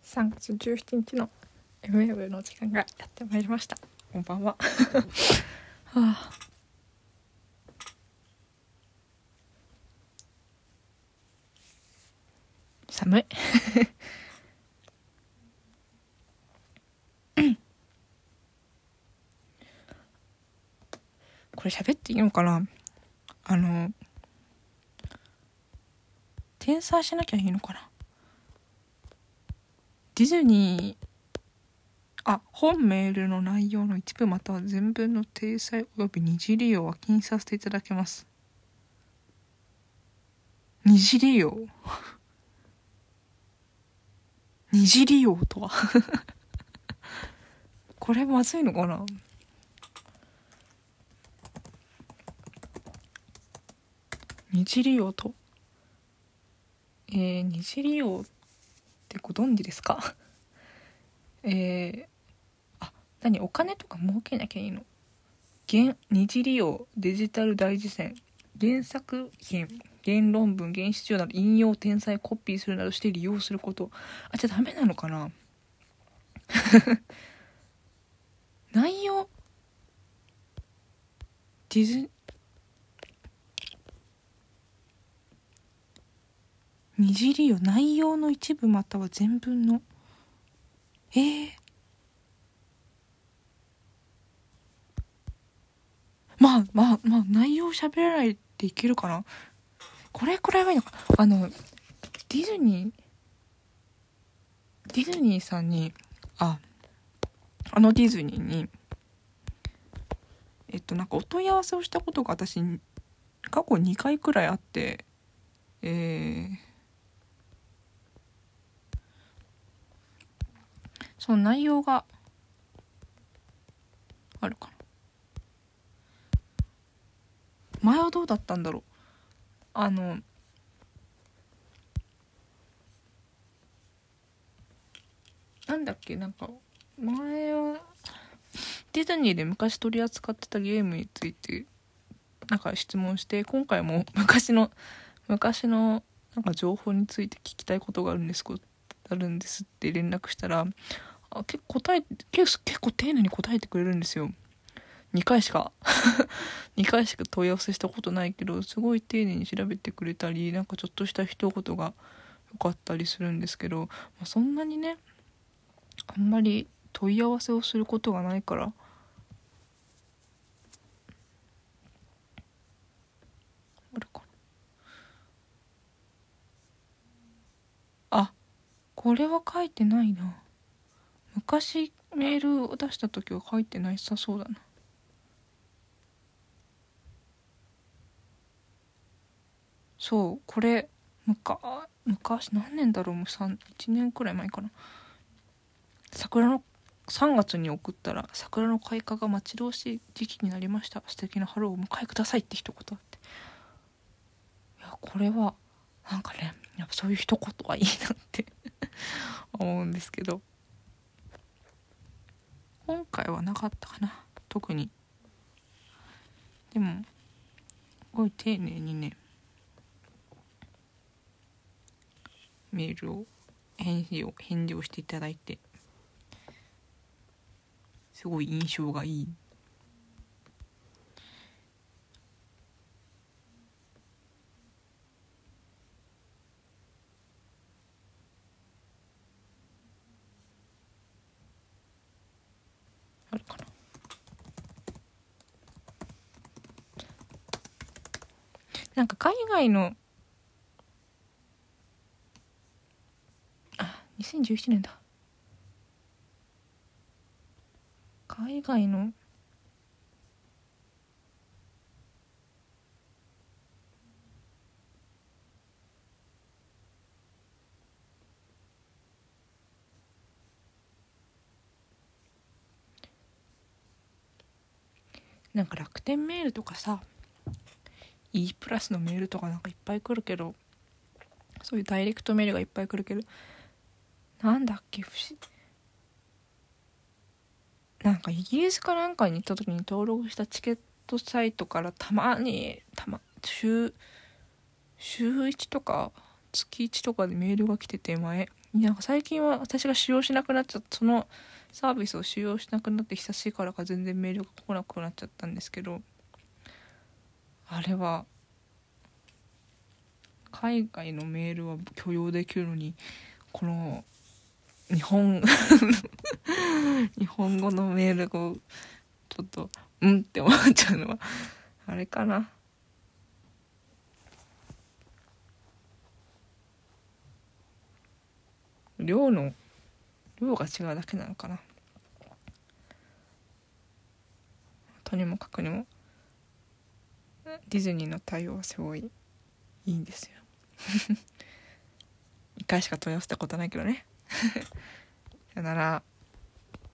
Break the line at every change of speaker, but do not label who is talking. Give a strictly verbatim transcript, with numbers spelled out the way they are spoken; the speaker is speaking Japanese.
さんがつじゅうしちにちの エムウェブ の時間がやってまいりました。こんばんは。はあ、寒い。これ喋っていいのかな。あの転載しなきゃいいのかな。ディズニーあ本メールの内容の一部または全文の体裁および二次利用は禁止させていただきます。二次利用二次利用とはこれまずいのかな。二次利用とえー、二次利用ってご存知ですかえー、あ、何お金とか儲けなきゃいいの。原二次利用デジタル大辞典原作品原論文原資料など引用転載コピーするなどして利用すること。あ、じゃあダメなのかな内容ディズ二次利用内容の一部または全文のえー、まあまあまあ内容喋らないでいけるかな。これくらいはいいのか。あのディズニーディズニーさんにああのディズニーにえっとなんかお問い合わせをしたことが私過去にかいくらいあって、えー、その内容があるかな。前はどうだったんだろう。あのなんだっけなんか前はディズニーで昔取り扱ってたゲームについてなんか質問して、今回も昔の昔のなんか情報について聞きたいことがあるんですあるんですって連絡したら、あ結構答え結結構丁寧に答えてくれるんですよ。にかいしかにかいしか問い合わせしたことないけど、すごい丁寧に調べてくれたり、なんかちょっとした一言が良かったりするんですけど、まあ、そんなにねあんまり問い合わせをすることがないから、あるかな。あ、これは書いてないな。昔メールを出した時は書いてないさそうだな。そうこれむか昔何年だろう、もうさんいちねんくらい前かな。桜のさんがつに送ったら、桜の開花が待ち遠しい時期になりました、素敵な春をお迎えくださいって一言あって、いやこれはなんかねやっぱそういう一言はいいなって思うんですけど、今回はなかったかな特に。でもすごい丁寧にねメールを返事を返事をしていただいて、すごい印象がいい。あるかな。なんか海外のあにせんじゅうななねんだ。海外のなんか楽天メールとかさ E プラスのメールとかなんかいっぱい来るけど、そういうダイレクトメールがいっぱい来るけど、なんだっけ不思なんかイギリスかなんかに行った時に登録したチケットサイトからたまにたま週週いちとか月いちとかでメールが来てて、前なんか最近は私が使用しなくなっちゃった、そのサービスを使用しなくなって久しいからか全然メールが来なくなっちゃったんですけど、あれは海外のメールは許容できるのに、この日本日本語のメールをちょっとうんって思っちゃうのはあれかな。量の量が違うだけなのかな。とにもかくにもディズニーの対応はすごいいいんですよ一回しか問い合わせたことないけどねさよなら。